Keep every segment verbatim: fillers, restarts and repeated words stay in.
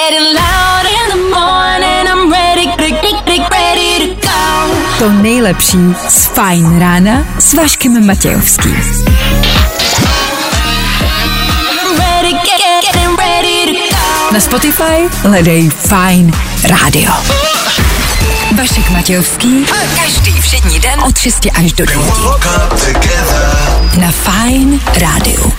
To nejlepší z Fajn rána s Vaškem Matějovským. Na Spotify hledej Fajn rádio. Vašek Matějovský. Každý všední den od šesti až do devíti. Na Fajn rádiu.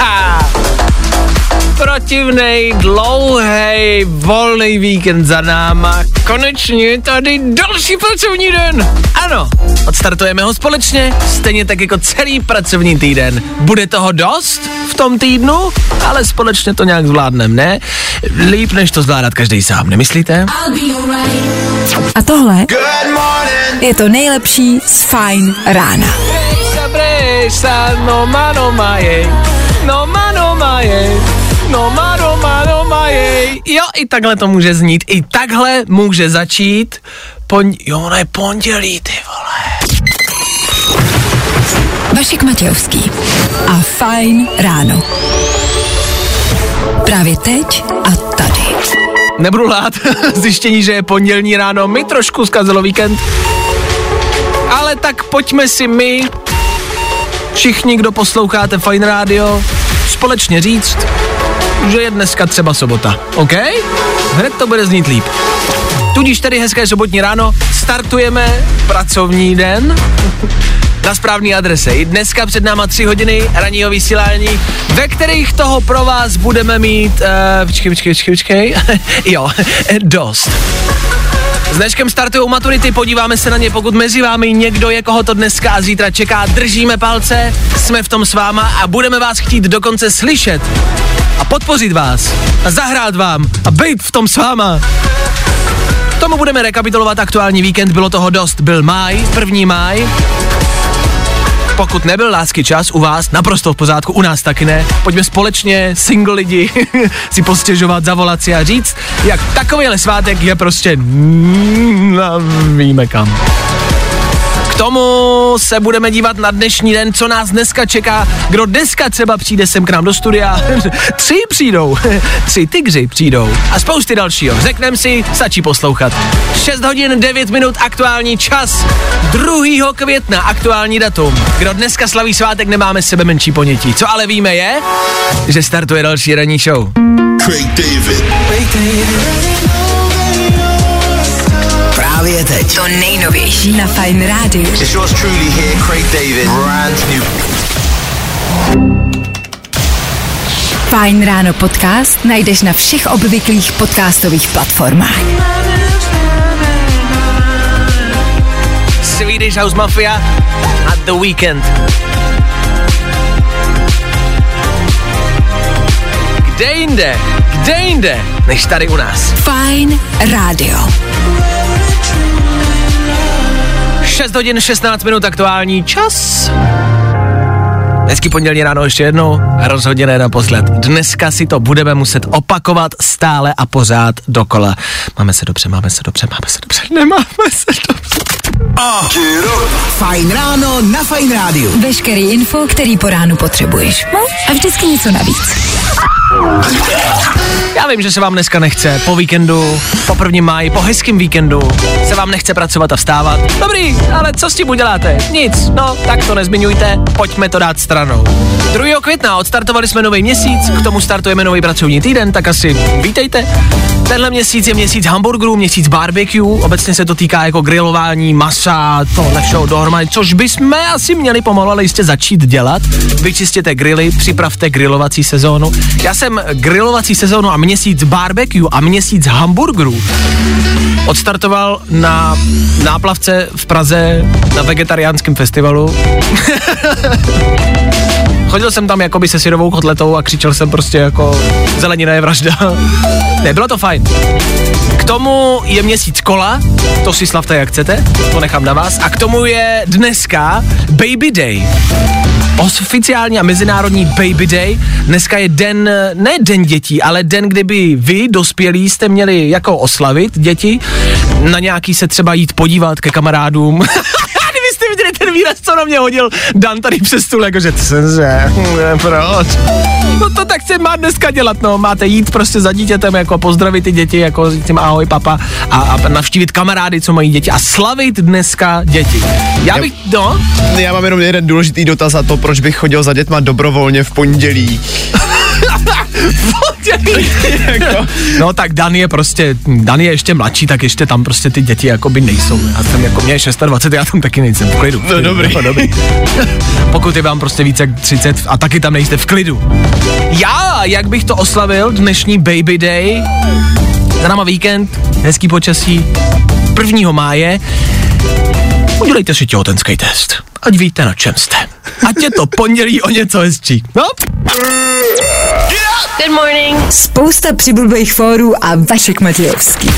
Protivnej, dlouhej, volný víkend za náma. Konečně tady další pracovní den. Ano, odstartujeme ho společně, stejně tak jako celý pracovní týden. Bude toho dost v tom týdnu, ale společně to nějak zvládneme, ne? Líp, než to zvládat každý sám, nemyslíte? A tohle je to nejlepší z Fajn rána. No mano maje, no mano maje, no mano mano maje. Jo, i takhle to může znít, i takhle může začít. Pon... Jo, ono je pondělí, ty vole. Vašek Matějovský a Fajn ráno. Právě teď a tady. Nebudu lhát, zjištění, že je pondělní ráno, mi trošku zkazilo víkend. Ale tak pojďme si my, všichni, kdo posloucháte Fajn rádio, společně říct, že je dneska třeba sobota, OK? Hned to bude znít líp. Tudíž tedy hezké sobotní ráno, startujeme pracovní den na správné adrese. I dneska před náma tři hodiny ranního vysílání, ve kterých toho pro vás budeme mít, uh, počkej, počkej, počkej, počkej, jo, dost. S dneškem startují maturity, podíváme se na ně, pokud mezi vámi někdo je, koho to dneska a zítra čeká, držíme palce, jsme v tom s váma a budeme vás chtít dokonce slyšet a podpořit vás a zahrát vám a být v tom s váma. K tomu budeme rekapitulovat aktuální víkend, bylo toho dost, byl máj, první máj. Pokud nebyl lásky čas u vás, naprosto v pořádku, u nás taky ne. Pojďme společně, single lidi, si postěžovat, zavolat si a říct, jak takovýhle svátek je prostě no, víme kam. K tomu se budeme dívat na dnešní den, co nás dneska čeká, kdo dneska třeba přijde sem k nám do studia. Tři přijdou, tři tygři přijdou a spousty dalšího. Řekneme si, stačí poslouchat. šest hodin devět minut aktuální čas, druhého května aktuální datum. Kdo dneska slaví svátek, nemáme sebe menší ponětí. Co ale víme je, že startuje další ranní show. Craig David. Craig David. Právě teď. To nejnovější na Fajn rádiu. It's yours truly here, Craig David. Brand new. Fajn ráno podcast najdeš na všech obvyklých podcastových platformách. Swedish House Mafia a The Weekend. Kde jinde, kde jinde, než tady u nás. Fajn rádio. šest hodin šestnáct minut aktuální čas. Hezký pondělní ráno ještě jednou, rozhodně ne naposled. Dneska si to budeme muset opakovat stále a pořád dokola. Máme se dobře, máme se dobře, máme se dobře, nemáme se dobře. Oh. Fajn ráno na Fajn rádiu. Veškerý info, který po ránu potřebuješ. No a vždycky něco navíc. Já vím, že se vám dneska nechce, po víkendu, po prvním máji, po hezkým víkendu, se vám nechce pracovat a vstávat. Dobrý, ale co s tím uděláte? Nic, no, tak to nezmiňujte, pojďme to dát stranou. druhého května odstartovali jsme nový měsíc, k tomu startujeme nový pracovní týden, tak asi vítejte. Tenhle měsíc je měsíc hamburgerů, měsíc barbecue, obecně se to týká jako grilování, masa, tohle všeho dohromady, což bychom asi měli pomalu ale jistě začít dělat. Vyčistěte grily, připravte grilovací sezónu. Já jsem grilovací sezónu a měsíc barbecue a měsíc hamburgerů odstartoval na náplavce v Praze na vegetariánském festivalu. Chodil jsem tam jakoby se syrovou kotletou a křičel jsem prostě jako zelenina je vražda. Ne, bylo to fajn. K tomu je měsíc kola, to si slavte jak chcete, to nechám na vás. A k tomu je dneska Baby Day. Oficiální a mezinárodní Baby Day. Dneska je den, ne den dětí, ale den, kdyby vy, dospělí, jste měli jako oslavit děti, na nějaký se třeba jít podívat ke kamarádům. Kdybyste viděli ten výraz, co na mě hodil Dan tady přes stůl, jakože cože, proč? No to tak se má dneska dělat, no, máte jít prostě za dítětem, jako pozdravit ty děti, jako s tím ahoj papa a, a navštívit kamarády, co mají děti a slavit dneska děti. Já bych, no? Já mám jenom jeden důležitý dotaz a to, proč bych chodil za dětma dobrovolně v pondělí. No tak Dan je prostě, Dan je ještě mladší, tak ještě tam prostě ty děti jakoby nejsou. Já jsem jako, mě je dvacet šest, já tam taky nejsem v klidu. No dobrý. No, dobrý. Pokud je vám prostě více jak třicet a taky tam nejste v klidu. Já, jak bych to oslavil, dnešní Baby Day, za náma víkend, hezký počasí, prvního máje, udělejte si těhotenský test, ať víte, na čem jste. Ať je to pondělí o něco hezčí. No? Good morning. Spousta přibulbých fórů a Vašek Matějovský.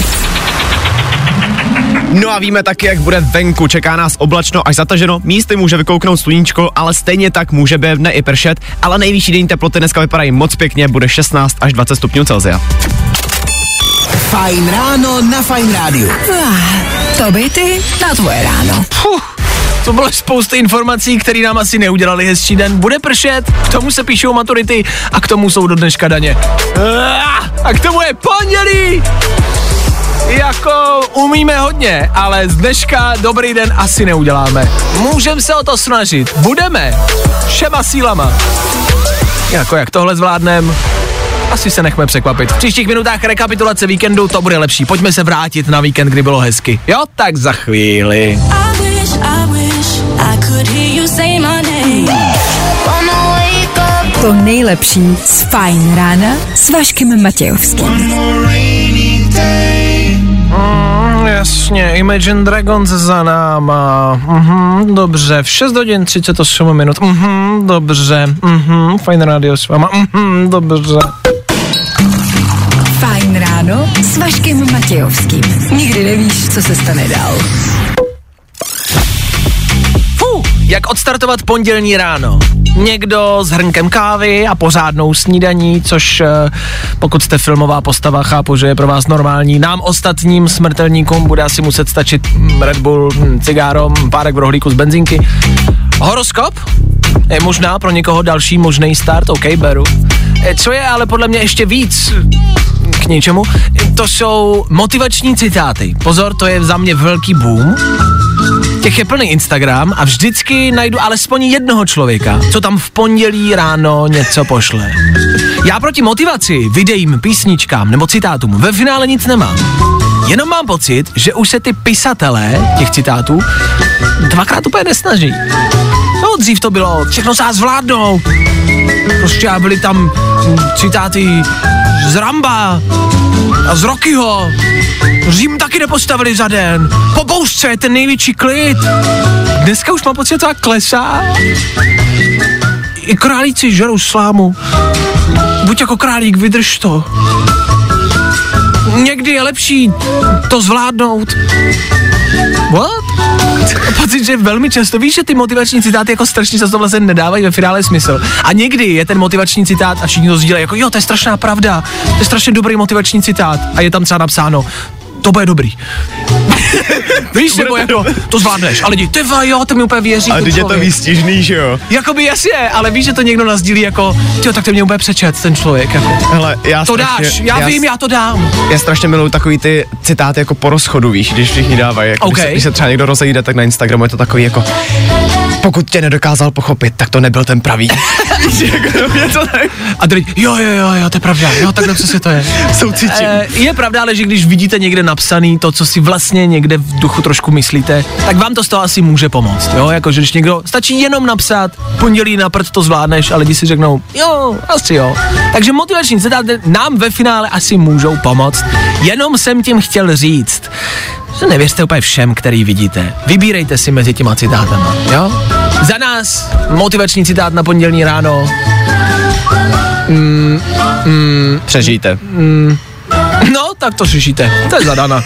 No a víme taky, jak bude venku, čeká nás oblačno až zataženo, místy může vykouknout sluníčko, ale stejně tak může během dne i pršet, ale nejvyšší denní teploty dneska vypadají moc pěkně, bude šestnáct až dvacet stupňů Celsia. Fajn ráno na Fajn rádiu. To by ty na tvoje ráno. Puh, to bylo spousty informací, které nám asi neudělali hezčí den. Bude pršet, k tomu se píšou maturity a k tomu jsou do dneška daně. A k tomu je pondělí! Jako umíme hodně, ale z dneška dobrý den asi neuděláme. Můžeme se o to snažit. Budeme. Všema sílama. Jako jak tohle zvládnem, asi se nechme překvapit. V příštích minutách rekapitulace víkendu, to bude lepší. Pojďme se vrátit na víkend, kdy bylo hezky. Jo, tak za chvíli. To nejlepší z Fajn rána s Vaškem Matějovským. Mm, jasně, Imagine Dragons za náma. Mhm, dobře, v šest hodin třicet osm minut. Mhm, dobře. Mhm, Fajn rádio s váma. Mhm, dobře. Fajn ráno s Vaškem Matějovským. Nikdy nevíš, co se stane dál. Fuh, jak odstartovat pondělní ráno? Někdo s hrnkem kávy a pořádnou snídaní, což pokud jste filmová postava, chápu, že je pro vás normální. Nám ostatním smrtelníkům bude asi muset stačit Red Bull, cigáro, párek v rohlíku z benzínky. Horoskop? Je možná pro někoho další možný start, ok, beru. Co je ale podle mě ještě víc k něčemu, to jsou motivační citáty. Pozor, to je za mě velký boom. Těch je plný Instagram a vždycky najdu alespoň jednoho člověka, co tam v pondělí ráno něco pošle. Já proti motivaci, videím, písničkám nebo citátům ve finále nic nemám. Jenom mám pocit, že už se ty pisatelé těch citátů dvakrát úplně nesnaží. No dřív to bylo, všechno se dá zvládnout. Prostě byly tam citáty z Ramba a z Rockyho. Řím taky nepostavili za den. Po bouřce je ten největší klid. Dneska už mám pocit, že to tak klesá. I králíci žerou slámu. Buď jako králík, vydrž to. Někdy je lepší to zvládnout. What? Pocit, že velmi často, víš, že ty motivační citáty jako strašně často vlastně nedávají ve finále smysl. A někdy je ten motivační citát a všichni to sdílejí jako jo, to je strašná pravda, to je strašně dobrý motivační citát a je tam třeba napsáno, to bude dobrý. Víš, nebo jako, to zvládneš, ale lidi, ty jo, to mi úplně věří. A teď je to výstižný, že jo? Jakoby jasně, ale víš, že to někdo nazdílí jako, tyjo, tak to mě úplně přečet, ten člověk, jako. Hele, já to strašně, dáš, já, já vím, já to dám. Já strašně miluju takový ty citáty jako po rozchodu, víš, když všichni dávají, jako okay. když, se, když se třeba někdo rozejde, tak na Instagramu je to takový jako, pokud tě nedokázal pochopit, tak to nebyl ten pravý. A teď, jo, jo, jo, jo, to je pravda, jo, takhle přesně to je. Soucítím. E, je pravda, ale že když vidíte někde napsaný to, co si vlastně někde v duchu trošku myslíte, tak vám to z toho asi může pomoct, jo, jakože když někdo, stačí jenom napsat, pondělí na prd to zvládneš, ale lidi si řeknou, jo, asi jo. Takže motivační citáty nám ve finále asi můžou pomoct, jenom jsem tím chtěl říct, že nevěřte úplně všem, který vidíte. Vybírejte si mezi těma citátama, jo? Za nás motivační citát na pondělní ráno. Mm, mm, Přežijte. Mm, no, tak to řešíte. To je zadana.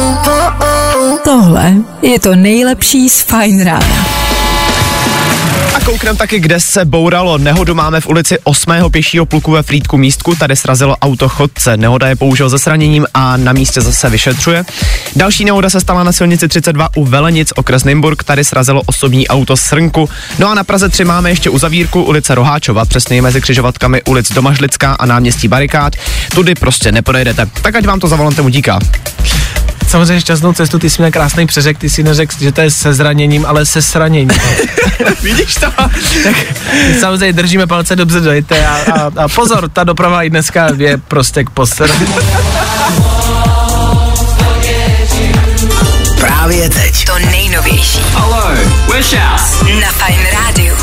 Tohle je to nejlepší z Fajn rána. A kouknem taky, kde se bouralo. Nehodu máme v ulici osmého pěšího pluku ve Frýdku Místku, tady srazilo auto chodce. Nehoda je použil se zraněním a na místě zase vyšetřuje. Další nehoda se stala na silnici třicet dva u Velenic, okres Nymburk, tady srazilo osobní auto Srnku. No a na Praze tři máme ještě uzavírku ulice Roháčova, přesně mezi křižovatkami ulic Domažlická a náměstí Barikád. Tudy prostě neprojedete. Tak ať vám to za volantem utíká. Samozřejmě šťastnou cestu, ty jsi měl krásný přeřek, ty si neřekl, že to je se zraněním, ale se sraněním. Vidíš to? Tak samozřejmě držíme palce, dobře dojďte a, a, a pozor, ta doprava i dneska je prostě k poslední. Právě teď. To nejnovější. Hello, Wish House. Na Fajn rádiu.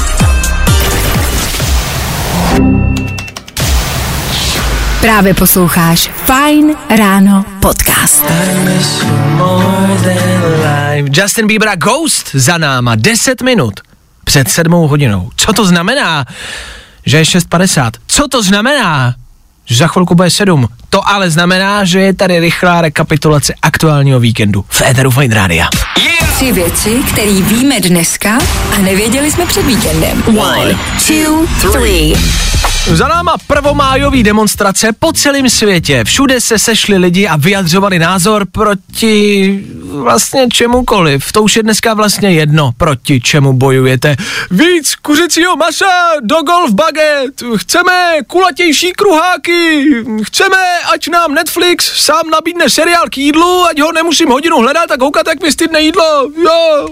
Právě posloucháš Fajn ráno podcast. Justin Bieber a Ghost za náma deset minut před sedmou hodinou. Co to znamená? Že je šest padesát. Co to znamená? Že za chvilku bude sedm. To ale znamená, že je tady rychlá rekapitulace aktuálního víkendu v éteru Fajn rádia. Tři věci, které víme dneska a nevěděli jsme před víkendem. One, two, three. Za náma prvomájový demonstrace po celém světě. Všude se sešli lidi a vyjadřovali názor proti vlastně čemukoliv. To už je dneska vlastně jedno, proti čemu bojujete. Víc kuřecího masa do golf baget. Chceme kulatější kruháky. Chceme, ať nám Netflix sám nabídne seriál k jídlu, ať ho nemusím hodinu hledat a koukat, jak mi stydne jídlo. Jo.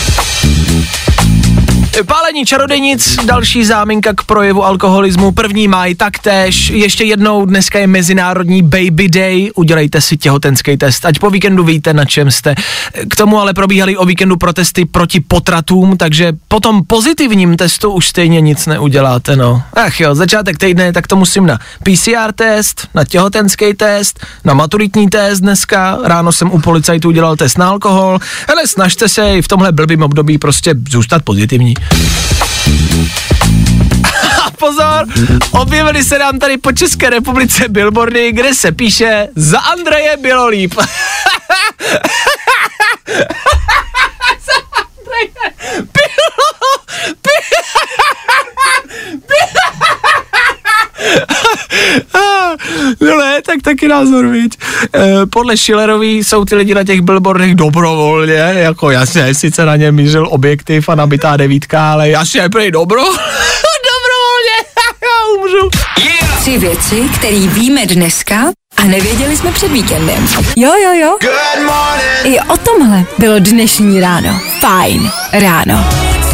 Pálení čarodějnic, další záminka k projevu alkoholismu, první máj taktéž, ještě jednou dneska je Mezinárodní Baby Day, udělejte si těhotenský test, ať po víkendu víte, na čem jste. K tomu ale probíhaly o víkendu protesty proti potratům, takže po tom pozitivním testu už stejně nic neuděláte, no. Ach jo, začátek týdne, tak to musím na P C R test, na těhotenský test, na maturitní test dneska, ráno jsem u policajtů udělal test na alkohol, hele, snažte se i v tomhle blbým období prostě zůstat pozitivní. A pozor, objevili se nám tady po České republice billboardy, kde se píše za Andreje bylo líp. Za Andreje bylo, no ne, tak taky názor, viď. E, podle Schillerový jsou ty lidi na těch billboardech dobrovolně, jako jasně, sice na ně mířil objektiv a nabitá devítka, ale jasně, prej dobro, dobrovolně, já umřu. Yeah. Tři věci, které víme dneska a nevěděli jsme před víkendem. Jo, jo, jo. Good morning. I o tomhle bylo dnešní ráno. Fajn ráno.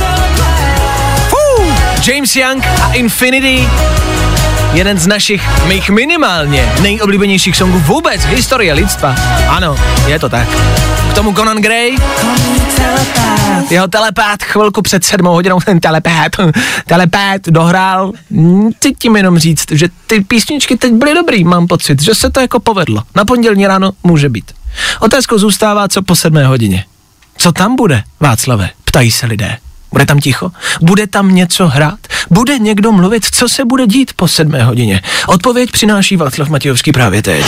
Fuh. James Young a Infinity. Jeden z našich, mých minimálně nejoblíbenějších songů vůbec v historii lidstva. Ano, je to tak. K tomu Conan Gray, jeho telepát chvilku před sedmou hodinou, ten telepát, telepát dohrál. Chci tím jenom říct, že ty písničky teď byly dobrý, mám pocit, že se to jako povedlo. Na pondělní ráno může být. Otázkou zůstává, co po sedmé hodině. Co tam bude, Václave? Ptají se lidé. Bude tam ticho? Bude tam něco hrát? Bude někdo mluvit? Co se bude dít po sedmé hodině? Odpověď přináší Václav Matějovský právě teď.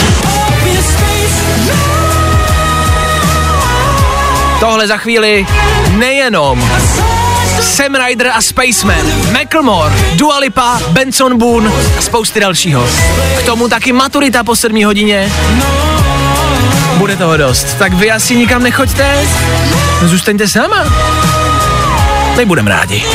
Tohle za chvíli nejenom Sam Ryder a Spaceman, Macklemore, Dua Lipa, Benson Boone a spousty dalšího. K tomu taky maturita po sedmé hodině. Bude toho dost. Tak vy asi nikam nechoďte? Zůstaňte s náma. Nebudem rádi.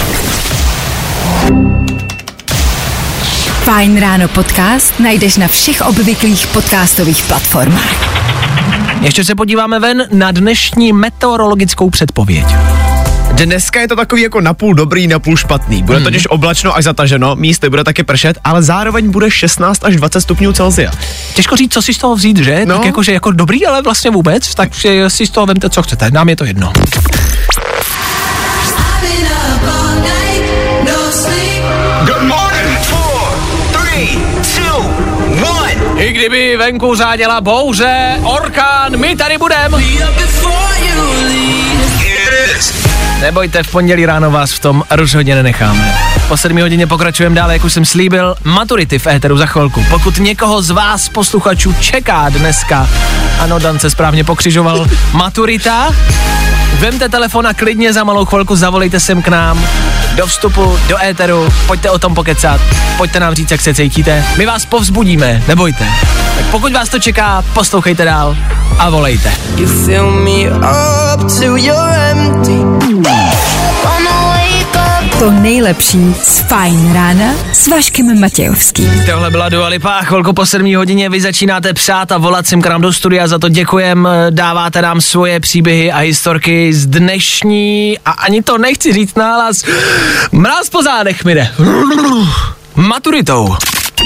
Fajn ráno podcast najdeš na všech obvyklých podcastových platformách. Ještě se podíváme ven na dnešní meteorologickou předpověď. Dneska je to takový jako napůl dobrý, napůl špatný. Bude hmm. totiž oblačno až zataženo, místy bude taky pršet, ale zároveň bude šestnáct až dvacet stupňů Celsia. Těžko říct, co si z toho vzít, že? No. Tak jakože jako dobrý, ale vlastně vůbec, tak si z toho vemte, co chcete. Nám je to jedno. Good morning. Four, three, two, one. I kdyby venku záděla bouře, orkán, my tady budeme. Nebojte, v pondělí ráno vás v tom rozhodně nenecháme. Po sedmi hodině pokračujeme dále, jak už jsem slíbil, maturity v éteru za chvilku. Pokud někoho z vás posluchačů čeká dneska, ano, Dan se správně pokřižoval, maturita, vemte telefon a klidně za malou chvilku zavolejte sem k nám. do vstupu, do éteru, pojďte o tom pokecat, pojďte nám říct, jak se cítíte, my vás povzbudíme, nebojte. Tak pokud vás to čeká, poslouchejte dál a volejte. To nejlepší z Fajn rána s Vaškem Matějovským. Tohle byla Dua Lipa, chvilku po sedmé hodině vy začínáte psát a volat sem k nám do studia, za to děkujem, dáváte nám svoje příběhy a historky z dnešní, a ani to nechci říct nahlas, mráz po zádech mi jde, maturitou.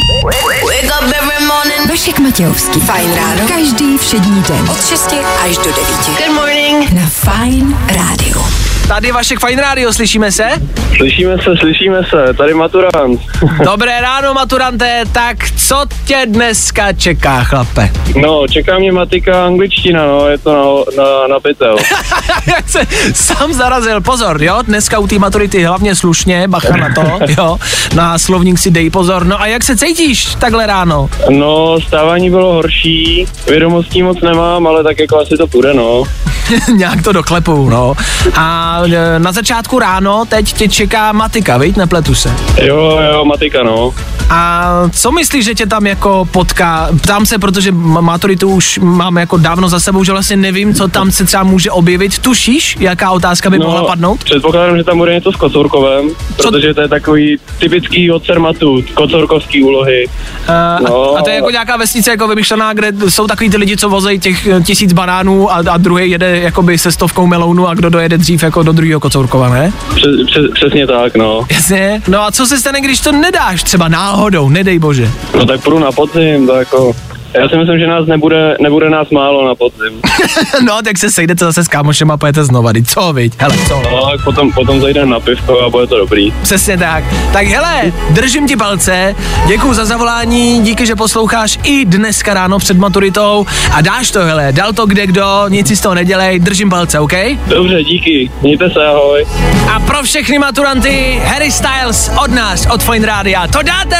Vašek Matějovský. Fajn ráno. Každý všední den. Od šesti až do devíti. Good morning. Na Fajn rádiu. Tady Vašek Fajn rádio, slyšíme se? Slyšíme se, slyšíme se, tady maturant. Dobré ráno, maturante, tak co tě dneska čeká, chlape? No, čeká mě matika a angličtina, no, je to na, na, na pytel. Jak se sám zarazil, pozor, jo, dneska u té maturity hlavně slušně, bacha na to, jo, na slovník si dej pozor, no a jak se cítíš takhle ráno? No, stávání bylo horší, vědomostí moc nemám, ale tak jako asi to půjde, no. Nějak to doklepu, no. A na začátku ráno teď tě čeká matika, viď, nepletu se? Jo, jo, matika, no. A co myslíš, že tě tam jako potká? Ptám se, protože maturitu už máme jako dávno za sebou, že vlastně nevím, co tam se třeba může objevit. Tušíš, jaká otázka by no, mohla padnout? Předpokládám, že tam bude něco s Kocourkovem, protože to je takový typický od Cermatu, kocourkovský úlohy. Uh, no. a, a to je jako nějaká vesnice jako vymyšlená, kde jsou takový ty lidi, co vozejí těch tisíc banánů a, a druhý jede jakoby se stovkou melounu a kdo dojede dřív jako do druhého Kocourkova, ne? Přes, přes, přesně tak, no. Jasně. No a co se stane, když to nedáš třeba náhodou, nedej bože? No tak půjdu na podzim, tak jako... Já si myslím, že nás nebude, nebude nás málo na podzim. No, tak se sejdete zase s kámošem a pojete znova, co viď? Hele, co? No, tak potom, potom zajdeme na pivko a bude to dobrý. Přesně tak. Tak hele, držím ti palce, děkuju za zavolání, díky, že posloucháš i dneska ráno před maturitou a dáš to, hele, dal to kde kdo, nic si z toho nedělej, držím palce, OK? Dobře, díky, mějte se, ahoj. A pro všechny maturanty, Harry Styles od nás, od Fajn rádia, to dáte!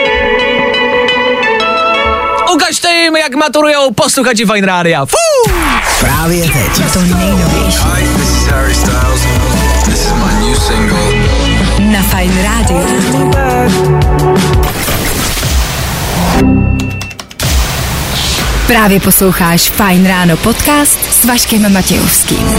Ukažte jim, jak maturujou posluchači Fajn rádia. Fuu! Právě teď. To nejnovější. Hi, this is Harry Styles. This is my new single. Na Fajn rádiu. Právě posloucháš Fajn ráno podcast s Vaškem Matějovským.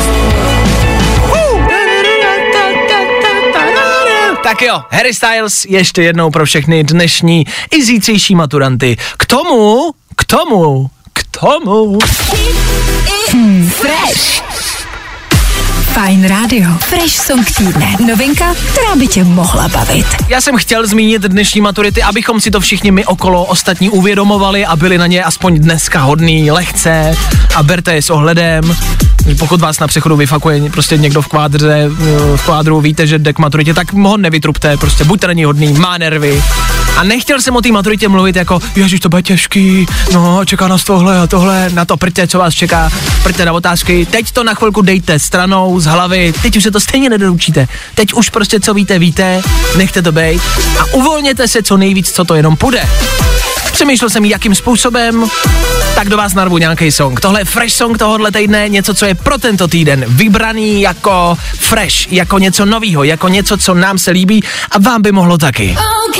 Tak jo, Harry Styles ještě jednou pro všechny dnešní i zítřejší maturanty. K tomu, k tomu, k tomu. Hmm, fresh. Fajn rádio. Fresh song týdne. Novinka, která by tě mohla bavit. Já jsem chtěl zmínit dnešní maturity, abychom si to všichni my okolo ostatní uvědomovali a byli na ně aspoň dneska hodný, lehce a berte je s ohledem. Pokud vás na přechodu vyfakuje prostě někdo v kvádře, v kvádru, víte, že jde k maturitě, tak ho nevytrupte, prostě buďte na ní hodný, má nervy. A nechtěl jsem o té maturitě mluvit jako, ježiš, to bude těžký, no, čeká nás tohle a tohle, na to prťte, co vás čeká, prťte na otázky, teď to na chvilku dejte stranou z hlavy, teď už se to stejně nedoručíte, teď už prostě co víte, víte, nechte to bejt a uvolněte se co nejvíc, co to jenom půjde. Přemýšlel jsem, jakým způsobem, tak do vás narvu nějaký song. Tohle je fresh song tohohle týdne, něco, co je pro tento týden vybraný jako fresh, jako něco novýho, jako něco, co nám se líbí a vám by mohlo taky.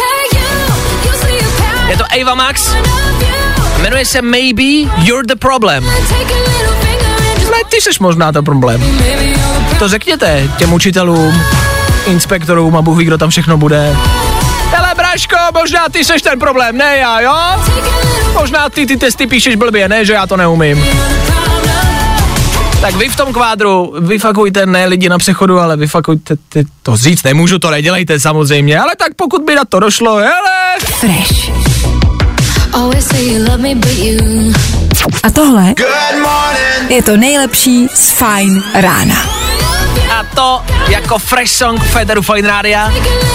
Je to Ava Max, jmenuje se Maybe You're the Problem. Ne, ty seš možná to problém. To řekněte těm učitelům, inspektorům a Bůh ví, kdo tam všechno bude. Hele, Braško, možná ty seš ten problém, ne já, jo? Možná ty ty testy píšeš blbě, ne, že já to neumím. Tak vy v tom kvádru vyfakujte ne lidi na přechodu, ale vyfakujte, ty, to říct nemůžu, to nedělejte samozřejmě, ale tak pokud by na to došlo, hele. Fresh. A tohle je to nejlepší z Fajn rána. A to jako fresh song Federu Fajn rádia.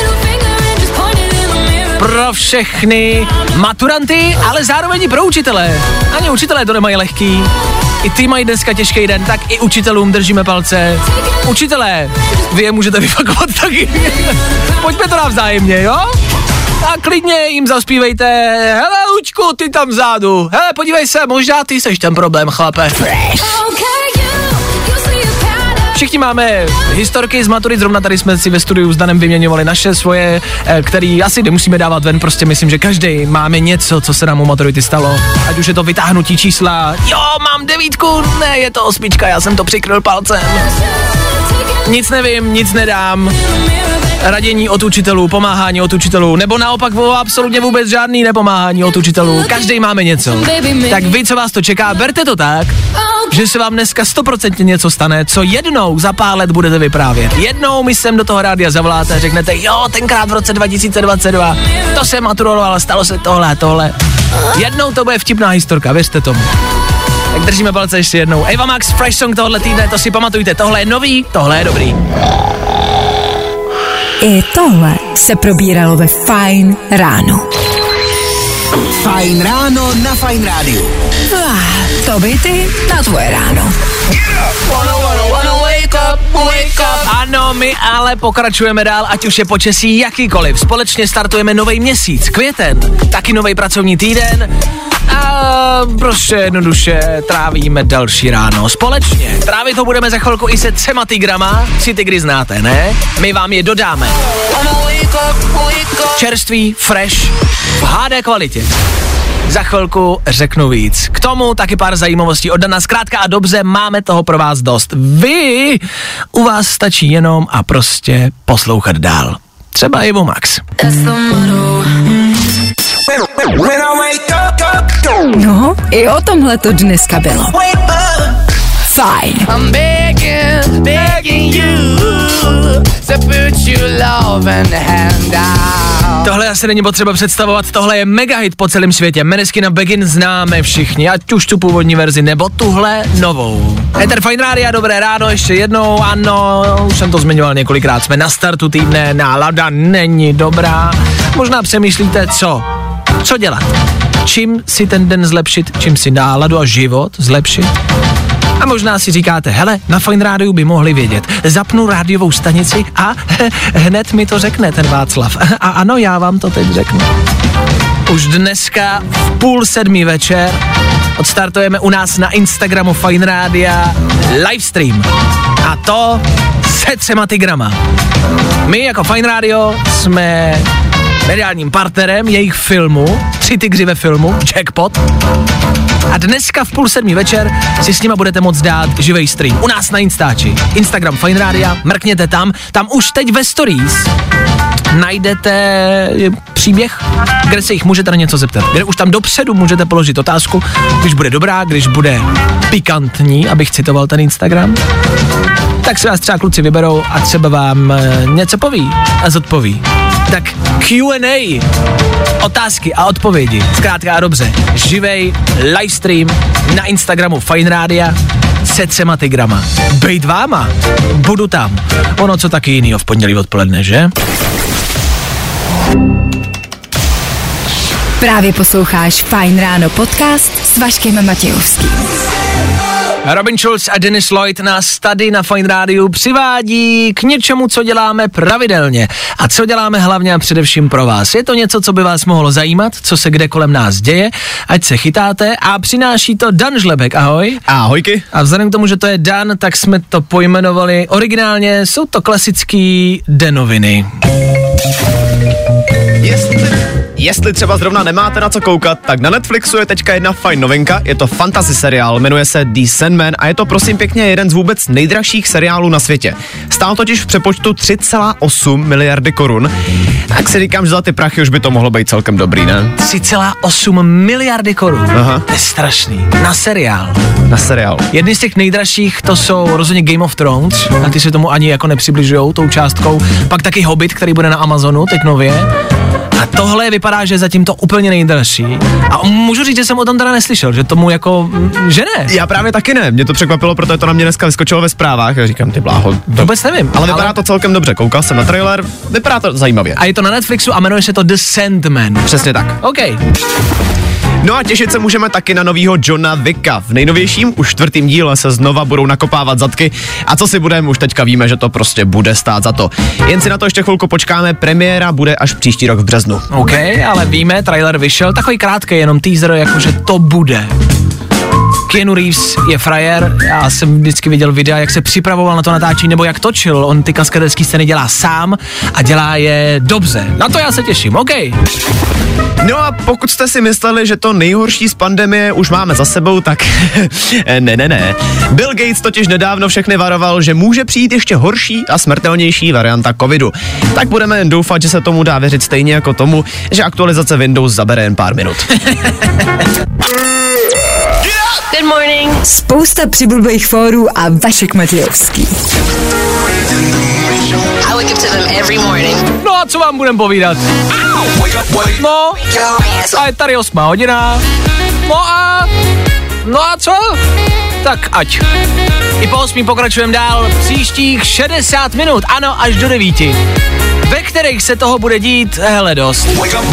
Pro všechny maturanty, ale zároveň i pro učitele. Ani učitelé to nemají lehký. I ty mají dneska těžký den, tak i učitelům držíme palce. Učitelé, vy je můžete vyfakovat taky. Pojďme to navzájemně, jo? A klidně jim zaspívejte, hele Lučku, ty tam vzadu, hele podívej se, možná ty seš ten problém, chlape. Všichni máme historky z maturit, zrovna tady jsme si ve studiu s Danem vyměňovali naše svoje, který asi nemusíme dávat ven, prostě myslím, že každý máme něco, co se nám u maturity stalo. Ať už je to vytáhnutí čísla, jo, mám devítku, ne, je to osmička, já jsem to přikryl palcem. Nic nevím, nic nedám. Radění od učitelů, pomáhání od učitelů, nebo naopak absolutně vůbec žádný nepomáhání od učitelů. Každý máme něco. Tak vy, co vás to čeká, berte to tak, že se vám dneska stoprocentně něco stane, co jednou za pár let budete vyprávět. Jednou mi sem do toho rádia zavoláte a řeknete, jo, tenkrát v roce dva tisíce dvacet dva, to jsem maturoval, stalo se tohle a tohle. Jednou to bude vtipná historka, věřte tomu. Tak držíme palce ještě jednou. Eva Max, Fresh Song tohle týdne, to si pamatujte, tohle je nový, tohle je dobrý. I tohle se probíralo ve Fajn ráno. Fajn ráno na Fajn rádiu. Ah, to by ty na tvoje ráno. Ano, my ale pokračujeme dál, ať už je počasí jakýkoliv. Společně startujeme nový měsíc, květen, taky nový pracovní týden a prostě jednoduše trávíme další ráno společně. Trávit to budeme za chvilku i se třema tigrama, si tygry znáte, ne? My vám je dodáme. Čerstvý, fresh, v há dé kvalitě. Za chvilku řeknu víc. K tomu taky pár zajímavostí od Dana. Zkrátka a dobře, máme toho pro vás dost. Vy, u vás stačí jenom a prostě poslouchat dál. Třeba Evo Max. No, i o tomhle to dneska bylo. Fajn. I'm begging, begging you to put your love in the hand out. Tohle asi není potřeba představovat, tohle je mega hit po celém světě. Maneskin a Begin známe všichni, ať už tu původní verzi, nebo tuhle novou. Ether Fajn Rádia, dobré ráno, ještě jednou, ano, už jsem to zmiňoval několikrát, jsme na startu týdne, nálada není dobrá. Možná přemýšlíte, co? Co dělat? Čím si ten den zlepšit, čím si náladu a život zlepšit? A možná si říkáte, hele, na Fajn Rádiu by mohli vědět. Zapnu rádiovou stanici a hned mi to řekne ten Václav. A ano, já vám to teď řeknu. Už dneska v půl sedmí večer odstartujeme u nás na Instagramu Fajn Rádia livestream. A to se třema tigrama. My jako Fajn Rádio jsme mediálním partnerem jejich filmu, Tři tygři ve filmu, Jackpot. A dneska v půl sedmí večer si s nima budete moct dát živej stream. U nás na Instači. Instagram Fajn Rádia, mrkněte tam. Tam už teď ve stories najdete příběh, kde se jich můžete na něco zeptat. Kde už tam dopředu můžete položit otázku, když bude dobrá, když bude pikantní, abych citoval ten Instagram. Tak se vás třeba kluci vyberou a třeba vám něco poví a zodpoví. Tak Q and A, otázky a odpovědi, zkrátka a dobře, živej livestream na Instagramu Fajn Rádia se třema tigrama. Bejt váma, budu tam. Ono co taky jinýho v pondělí odpoledne, že? Právě posloucháš Fajn ráno podcast s Vaškem Matějovským. Robin Schulz a Dennis Lloyd nás tady na Fajn Rádiu přivádí k něčemu, co děláme pravidelně a co děláme hlavně a především pro vás. Je to něco, co by vás mohlo zajímat, co se kde kolem nás děje, ať se chytáte a přináší to Dan Žlebek, ahoj. Ahojky. A vzhledem k tomu, že to je Dan, tak jsme to pojmenovali originálně, jsou to klasický denoviny. Jestli, jestli třeba zrovna nemáte na co koukat, tak na Netflixu je teďka jedna fajn novinka, je to fantasy seriál, jmenuje se The Sandman a je to prosím pěkně jeden z vůbec nejdražších seriálů na světě. Stál totiž v přepočtu tři celá osm miliardy korun, tak si říkám, že za ty prachy už by to mohlo být celkem dobrý, ne? tři celá osm miliardy korun. Aha. To je strašný. Na seriál. Na seriál. Jedny z těch nejdražších to jsou rozhodně Game of Thrones a ty se tomu ani jako nepřibližujou tou částkou. Pak taky Hobbit, který bude na Amazonu teď nově. A tohle vypadá, že je zatím to úplně nejdražší. A můžu říct, že jsem o tom teda neslyšel, že tomu jako, že ne. Já právě taky ne, mě to překvapilo, protože to na mě dneska vyskočilo ve zprávách a říkám, ty bláho. Vůbec nevím. Ale vypadá ale... to celkem dobře, koukal jsem na trailer, vypadá to zajímavě. A je to na Netflixu a jmenuje se to The Sandman. Přesně tak. OK. No a těšit se můžeme taky na novýho Johna Wicka. V nejnovějším, už čtvrtým díle se znova budou nakopávat zadky. A co si budeme, už teďka víme, že to prostě bude stát za to. Jen si na to ještě chvilku počkáme, premiéra bude až příští rok v březnu. OK, ale víme, trailer vyšel, takový krátký, jenom teaser, jakože to bude. Keanu Reeves je frajer, já jsem vždycky viděl videa, jak se připravoval na to natáčení, nebo jak točil, on ty kaskaderský scény dělá sám a dělá je dobře. Na to já se těším, OK. No a pokud jste si mysleli, že to nejhorší z pandemie už máme za sebou, tak ne, ne, ne. Bill Gates totiž nedávno všechny varoval, že může přijít ještě horší a smrtelnější varianta covidu. Tak budeme jen doufat, že se tomu dá věřit stejně jako tomu, že aktualizace Windows zabere jen pár minut. Good morning. Spousta přibulbých fórů a Vašek Matějovský. I wake up to them every morning. No a co vám budem povídat? No, a je tady osmá hodina. No a... No a co? Tak ať. I po osmí pokračujeme dál příštích šedesát minut, ano, až do devíti, ve kterých se toho bude dít, hele, dost.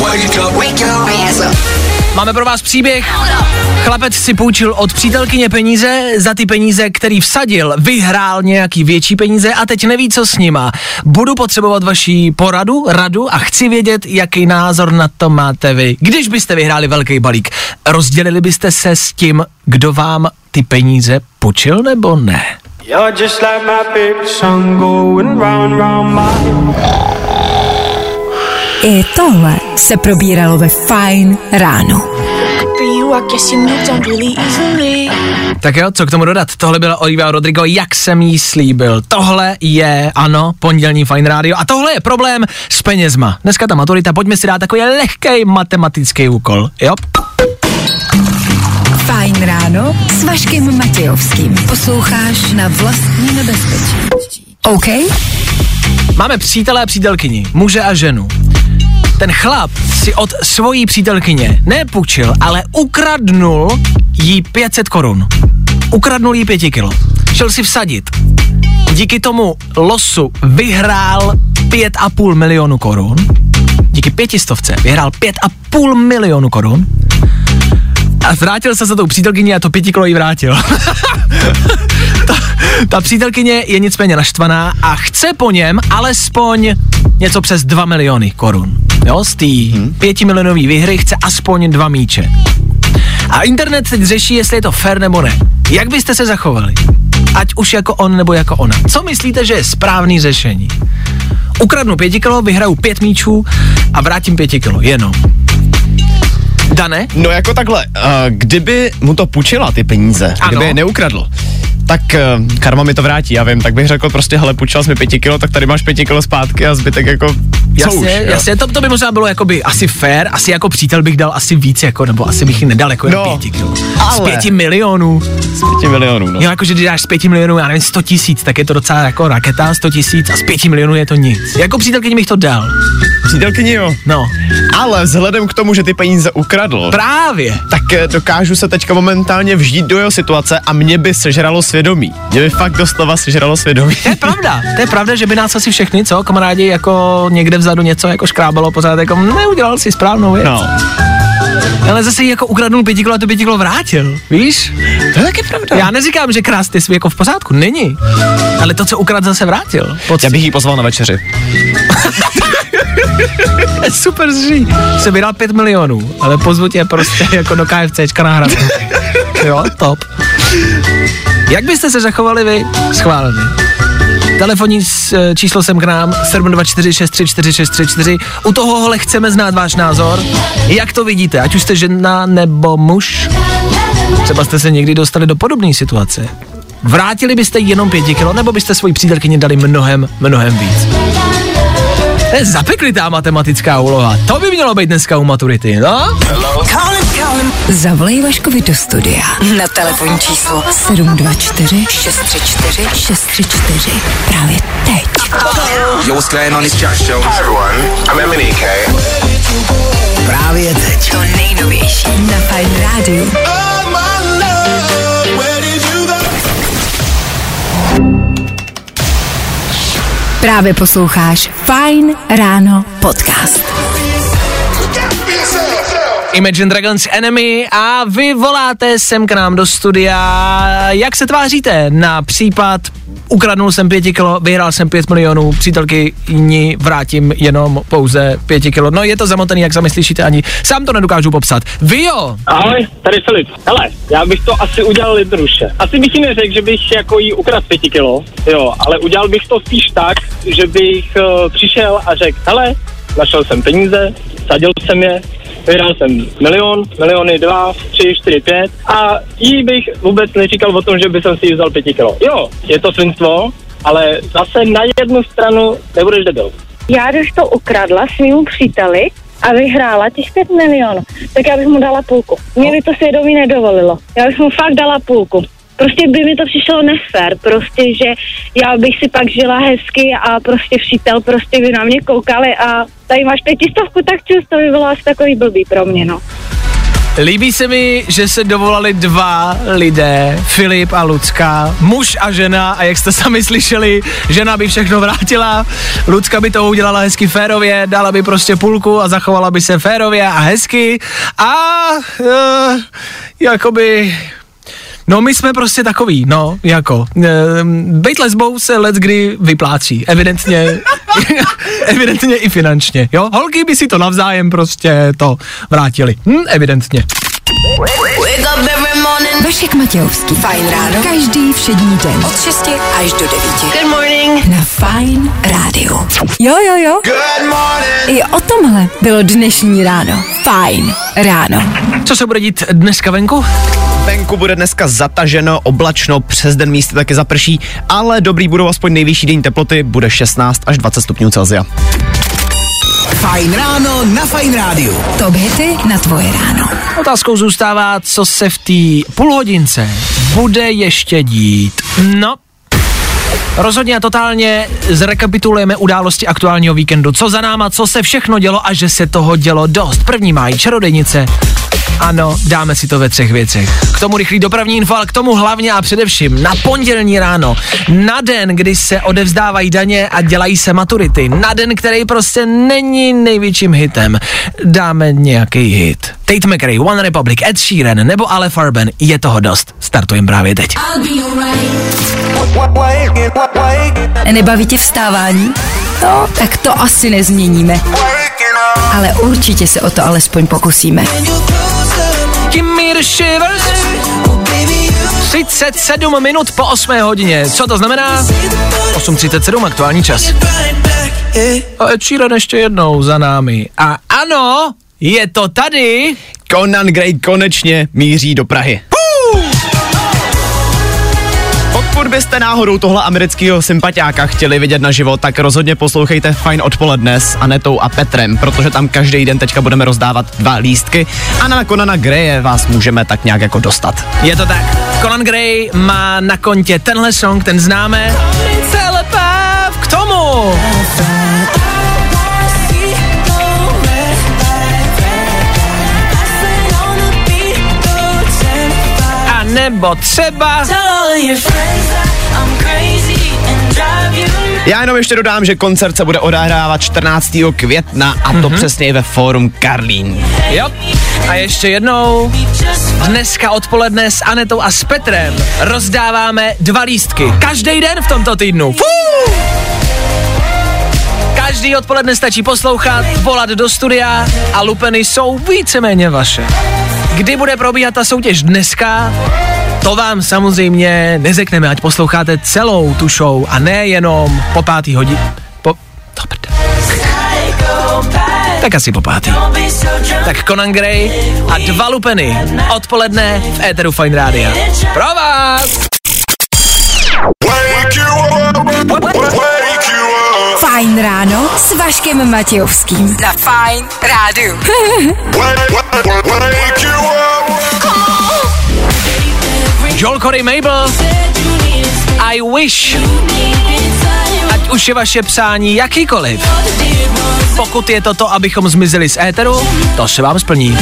Máme pro vás příběh. Chlapec si půjčil od přítelkyně peníze, za ty peníze, který vsadil, vyhrál nějaký větší peníze a teď neví, co s nima. Budu potřebovat vaši poradu, radu a chci vědět, jaký názor na to máte vy. Když byste vyhráli velký balík, rozdělili byste se s tím, kdo vám ty peníze půjčil, nebo ne? I tohle se probíralo ve Fajn ráno. Tak jo, co k tomu dodat? Tohle byla Olivia Rodrigo, jak jsem jí slíbil. Tohle je, ano, pondělní Fajn rádio a tohle je problém s penězma. Dneska ta maturita, pojďme si dát takový lehkej matematický úkol, jo? Fajn ráno s Vaškem Matějovským. Posloucháš na vlastní nebezpečí. OK? Máme přítele a přítelkyni, muže a ženu. Ten chlap si od svojí přítelkyně nepůjčil, ale ukradnul jí pět set korun. Ukradnul jí pěti kilo. Šel si vsadit. Díky tomu losu vyhrál pět a půl milionu korun. Díky pětistovce vyhrál pět a půl milionu korun. A vrátil se za tou přítelkyní a to pěti kilo jí vrátil. ta, ta přítelkyně je nicméně naštvaná a chce po něm alespoň něco přes dva miliony korun. Jo, z té hmm. pětimilionové výhry chce aspoň dva míče. A internet teď řeší, jestli je to fair nebo ne. Jak byste se zachovali? Ať už jako on nebo jako ona. Co myslíte, že je správný řešení? Ukradnu pěti kilo, vyhraju pět míčů a vrátím pěti kilo, jenom. Dane? No jako takhle, uh, kdyby mu to půjčila ty peníze, ano. Kdyby je neukradl, tak uh, karma mi to vrátí, já vím, tak bych řekl prostě, hele, půjčil jsi mi pěti kilo, tak tady máš pěti kilo zpátky a zbytek jako, co jasně, už, jasně, to, to by možná bylo jakoby asi fair, asi jako přítel bych dal asi víc, jako, nebo asi bych ji nedal jako no, pěti kilo. Ale. Z pěti milionů. Z pěti milionů, no. Jo, jakože když dáš z pěti milionů, já nevím, sto tisíc, tak je to docela jako raketa, sto tisíc a z pěti milionů je to nic. Jako přítelkyni bych to dal. Přítelkyni jo. No. Ale vzhledem k tomu, že ty peníze ukradl. Právě. Tak dokážu se teďka momentálně vžít do jeho situace a mě by sežralo svědomí. Mě by fakt doslova sežralo svědomí. To je pravda. To je pravda, že by nás asi všechny, co, kamarádi, jako někde vzadu něco jako škrábalo pořád, jako neudělal si správnou věc. No. Ale zase jako ukradnul pěti kilo a to pěti kilo vrátil, víš? To je taky pravda. Já neříkám, že krást je jako v pořádku, není. Ale to, co ukradl, zase vrátil. Pocit. Já bych jí pozval na večeři. Super zří. Jsem vydal pět milionů, ale pozvu tě prostě jako do KFCčka na hradu. Jo, top. Jak byste se zachovali vy? Schválně. Telefonní číslo sem k nám sedm dva čtyři šest tři čtyři šest tři čtyři. U tohohle chceme znát váš názor. Jak to vidíte, ať už jste žena nebo muž? Třeba jste se někdy dostali do podobné situace. Vrátili byste jenom pěti kilo, nebo byste svoji přítelkyni dali mnohem, mnohem víc? To je zapeklitá matematická úloha. To by mělo být dneska u maturity, no? Zavolej Vaškovi do studia na telefonní číslo sedm dva čtyři šest tři čtyři šest tři čtyři. Právě teď. Yo, what's going on? It's Jack Jones. Hi everyone, I'm Emily K. Právě teď. To nejnovější na Fajn rádiu. Právě posloucháš Fajn ráno podcast. Imagine Dragons Enemy a vy voláte sem k nám do studia. Jak se tváříte na případ ukradnul jsem pěti kilo, vyhrál jsem pět milionů, přítelky ní vrátím jenom pouze pěti kilo. No je to zamotaný, jak sami slyšíte, ani sám to nedokážu popsat. Vy jo? Ahoj, tady Filip. Hele, já bych to asi udělal jednoduše. Asi bych si neřekl, že bych jako jí ukradl pěti kilo, jo, ale udělal bych to spíš tak, že bych uh, přišel a řekl, hele, našel jsem peníze, sadil jsem je, vyhrál jsem milion, miliony dva, tři, čtyři, pět a jí bych vůbec neříkal o tom, že bych si vzal pěti kilo. Jo, je to svinstvo, ale zase na jednu stranu nebudeš debil. Já když to ukradla svýmu příteli a vyhrála těch pět milionů, tak já bych mu dala půlku. Mě by to svědomí nedovolilo. Já bych mu fakt dala půlku. Prostě by mi to přišlo nefér, prostě, že já bych si pak žila hezky a prostě přítel prostě by na mě koukali a tady máš pětistovku, tak čus, to by bylo asi takový blbý pro mě, no. Líbí se mi, že se dovolali dva lidé, Filip a Lucka, muž a žena, a jak jste sami slyšeli, žena by všechno vrátila, Lucka by to udělala hezky férově, dala by prostě půlku a zachovala by se férově a hezky a uh, jakoby... No my jsme prostě takový, no, jako, e, bejt lesbou se leckdy vyplácí, evidentně, evidentně i finančně, jo, holky by si to navzájem prostě to vrátili, hm, evidentně. Vašek Matějovský, Fajn ráno, každý všední den, od šesti až do devíti. Good morning. Na Fajn rádiu. Jo, jo, jo. Good morning. I o tomhle bylo dnešní ráno. Fajn ráno. Co se bude dít dneska venku? Venku bude dneska zataženo, oblačno, přes den místy taky zaprší, ale dobrý budou aspoň nejvyšší denní teploty, bude šestnáct až dvacet stupňů Celsia. Fajn ráno na Fajn rádiu. Top hity na tvoje ráno. Otázkou zůstává, co se v té půlhodince bude ještě dít. No, rozhodně a totálně zrekapitulujeme události aktuálního víkendu. Co za náma, co se všechno dělo a že se toho dělo dost. První máj, čarodějnice. Ano, dáme si to ve třech věcech. K tomu rychlý dopravní info, ale k tomu hlavně a především na pondělní ráno, na den, kdy se odevzdávají daně a dělají se maturity, na den, který prostě není největším hitem, dáme nějaký hit. Tate McRae, One Republic, Ed Sheeran nebo Ale Farben, je toho dost. Startujeme právě teď. Nebaví tě vstávání? No, tak to asi nezměníme. Ale určitě se o to alespoň pokusíme. Give me the shivers. třicet sedm minut po osmé hodině. Co to znamená? osm třicet sedm aktuální čas. A Ed Sheeran ještě jednou za námi. A ano, je to tady. Conan Gray konečně míří do Prahy. Pokud byste náhodou tohle amerického sympatiáka chtěli vidět naživo, tak rozhodně poslouchejte Fajn odpoledne s Anetou a Petrem, protože tam každý den teďka budeme rozdávat dva lístky a na Conana Graye vás můžeme tak nějak jako dostat. Je to tak. Conan Gray má na kontě tenhle song, ten známe. K tomu. A nebo třeba... Já jenom ještě dodám, že koncert se bude odehrávat čtrnáctého května a to mm-hmm. přesně ve Fórum Karlín. Jo, a ještě jednou, dneska odpoledne s Anetou a s Petrem rozdáváme dva lístky. Každý den v tomto týdnu. Fuu! Každý odpoledne stačí poslouchat, volat do studia a lupeny jsou víceméně vaše. Kdy bude probíhat ta soutěž dneska? To vám samozřejmě neřekneme, ať posloucháte celou tu show a ne jenom po pátý hodině. Po... Dobře. Tak asi po pátý. Tak Conan Gray a dva lupeny odpoledne v éteru Fajn rádia. Pro vás! Fajn ráno s Vaškem Matějovským. Na Fajn rádiu. Joel Corey Mabel, I wish. Ať už je vaše přání jakýkoliv. Pokud je to to, abychom zmizeli z éteru, to se vám splní.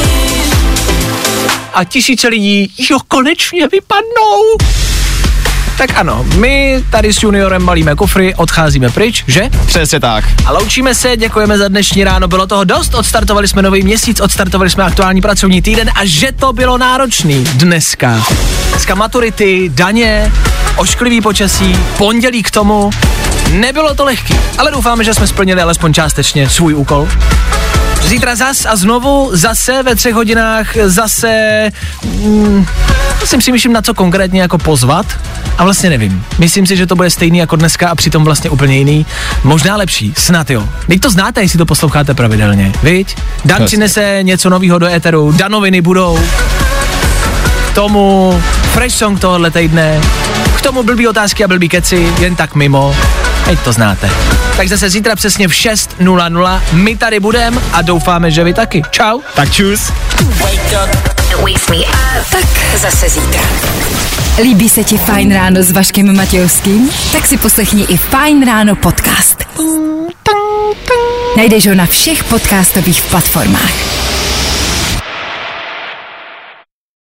A tisíce lidí, jo, konečně vypadnou. Tak ano, my tady s juniorem balíme kufry, odcházíme pryč, že? Přesně tak. A loučíme se, děkujeme za dnešní ráno, bylo toho dost, odstartovali jsme nový měsíc, odstartovali jsme aktuální pracovní týden a že to bylo náročný dneska. Dneska maturity, daně, ošklivý počasí, pondělí k tomu, nebylo to lehký, ale doufáme, že jsme splnili alespoň částečně svůj úkol. Zítra zas a znovu, zase ve třech hodinách, zase, mm, si přemýšlím na co konkrétně jako pozvat a vlastně nevím. Myslím si, že to bude stejný jako dneska a přitom vlastně úplně jiný. Možná lepší, snad jo. Teď to znáte, jestli to posloucháte pravidelně, viď? Dan přinese něco nového do éteru, Danoviny budou, k tomu fresh song tohohle týdne, k tomu blbý otázky a blbý keci, jen tak mimo. Teď to znáte. Tak zase zítra přesně v šest nula nula my tady budeme a doufáme, že vy taky. Čau. Tak čus. Tak zase zítra. Líbí se ti Fajn ráno s Vaškem Matějovským? Tak si poslechni i Fajn ráno podcast. Najdeš ho na všech podcastových platformách.